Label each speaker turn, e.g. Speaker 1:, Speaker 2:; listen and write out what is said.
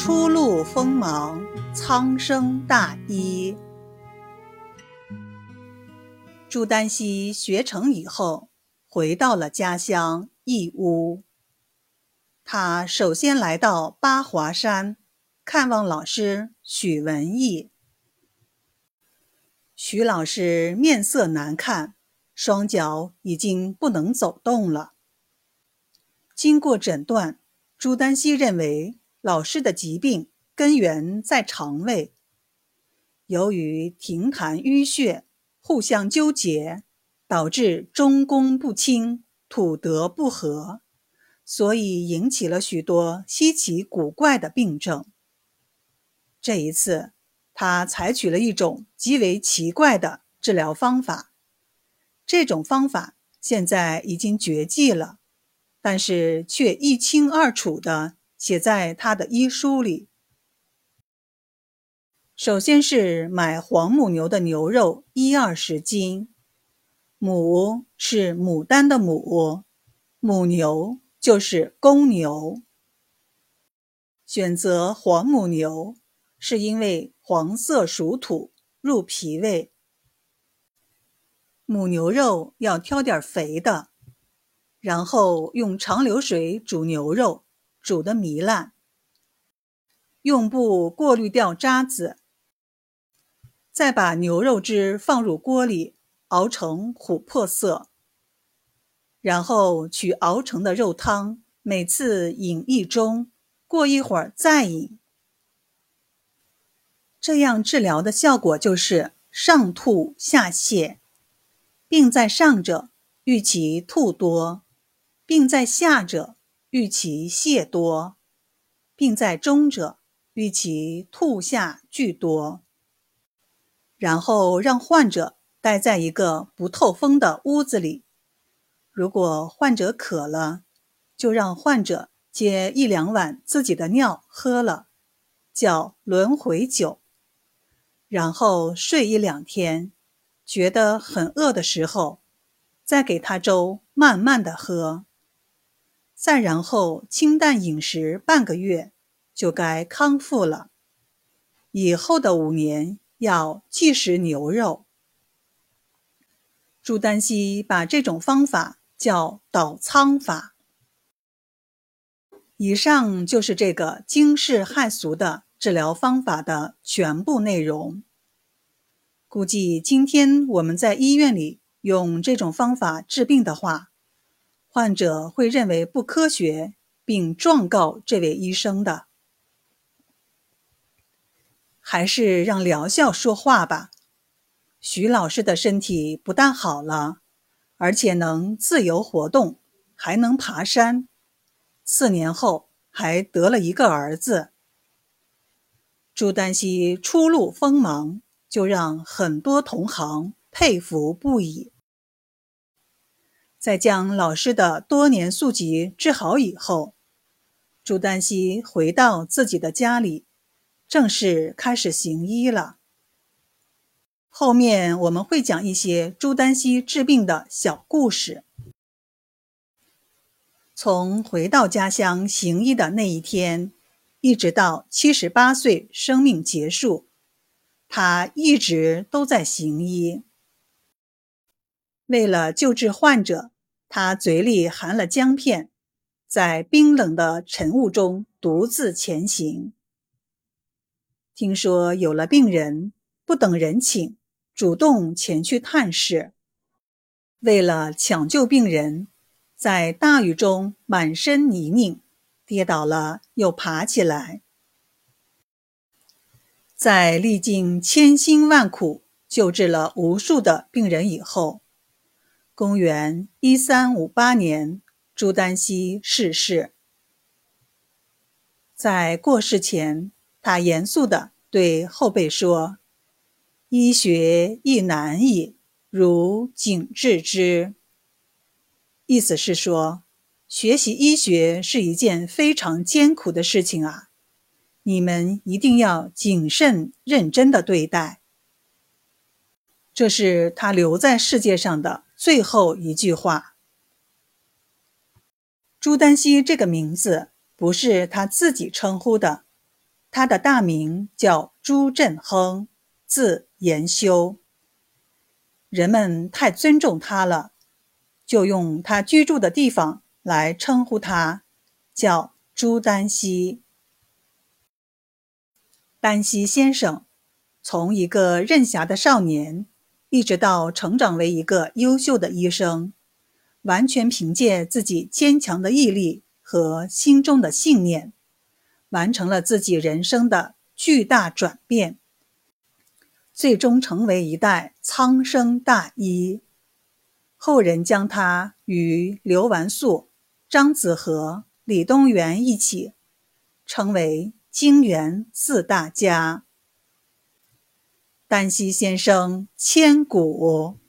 Speaker 1: 初露锋芒，苍生大医。朱丹溪学成以后，回到了家乡义乌。他首先来到八华山，看望老师许文义。许老师面色难看，双脚已经不能走动了。经过诊断，朱丹溪认为老师的疾病根源在肠胃，由于停痰淤血互相纠结，导致中宫不清，土德不和，所以引起了许多稀奇古怪的病症。这一次，他采取了一种极为奇怪的治疗方法，这种方法现在已经绝迹了，但是却一清二楚地写在他的医书里。首先是买黄母牛的牛肉1-20斤，母是牡丹的母，母牛就是公牛。选择黄母牛是因为黄色属土，入脾胃。母牛肉要挑点肥的，然后用长流水煮牛肉，煮得糜烂，用布过滤掉渣子，再把牛肉汁放入锅里，熬成琥珀色，然后取熬成的肉汤，每次饮1盅，过一会儿再饮。这样治疗的效果就是上吐下泻，病在上者欲其吐多，病在下者欲其泻多，病在中者欲其吐下俱多。然后让患者待在一个不透风的屋子里，如果患者渴了，就让患者接1-2碗自己的尿喝了，叫轮回酒。然后睡1-2天，觉得很饿的时候，再给他粥慢慢的喝。再然后清淡饮食半个月，就该康复了。以后的5年要忌食牛肉。朱丹溪把这种方法叫导苍法。以上就是这个惊世骇俗的治疗方法的全部内容。估计今天我们在医院里用这种方法治病的话，患者会认为不科学，并状告这位医生的。还是让疗效说话吧。许老师的身体不但好了，而且能自由活动，还能爬山。4年后还得了一个儿子。朱丹溪初露锋芒，就让很多同行佩服不已。在将老师的多年宿疾治好以后，朱丹溪回到自己的家里，正式开始行医了。后面我们会讲一些朱丹溪治病的小故事。从回到家乡行医的那一天，一直到78岁生命结束，他一直都在行医。为了救治患者，他嘴里含了姜片，在冰冷的晨雾中独自前行。听说有了病人，不等人请，主动前去探视。为了抢救病人，在大雨中满身泥泞，跌倒了又爬起来。在历尽千辛万苦救治了无数的病人以后，公元1358年，朱丹溪逝世。在过世前，他严肃地对后辈说：“医学亦难矣，如景致之。”意思是说，学习医学是一件非常艰苦的事情啊，你们一定要谨慎认真地对待。这是他留在世界上的最后一句话。朱丹溪这个名字不是他自己称呼的， 他的大名叫朱振亨，字延修。人们太尊重他了，就用他居住的地方来称呼他，叫朱丹溪。丹溪先生从一个任侠的少年，一直到成长为一个优秀的医生，完全凭借自己坚强的毅力和心中的信念，完成了自己人生的巨大转变，最终成为一代苍生大医。后人将他与刘完素、张子和、李东垣一起称为京原四大家。丹溪先生千古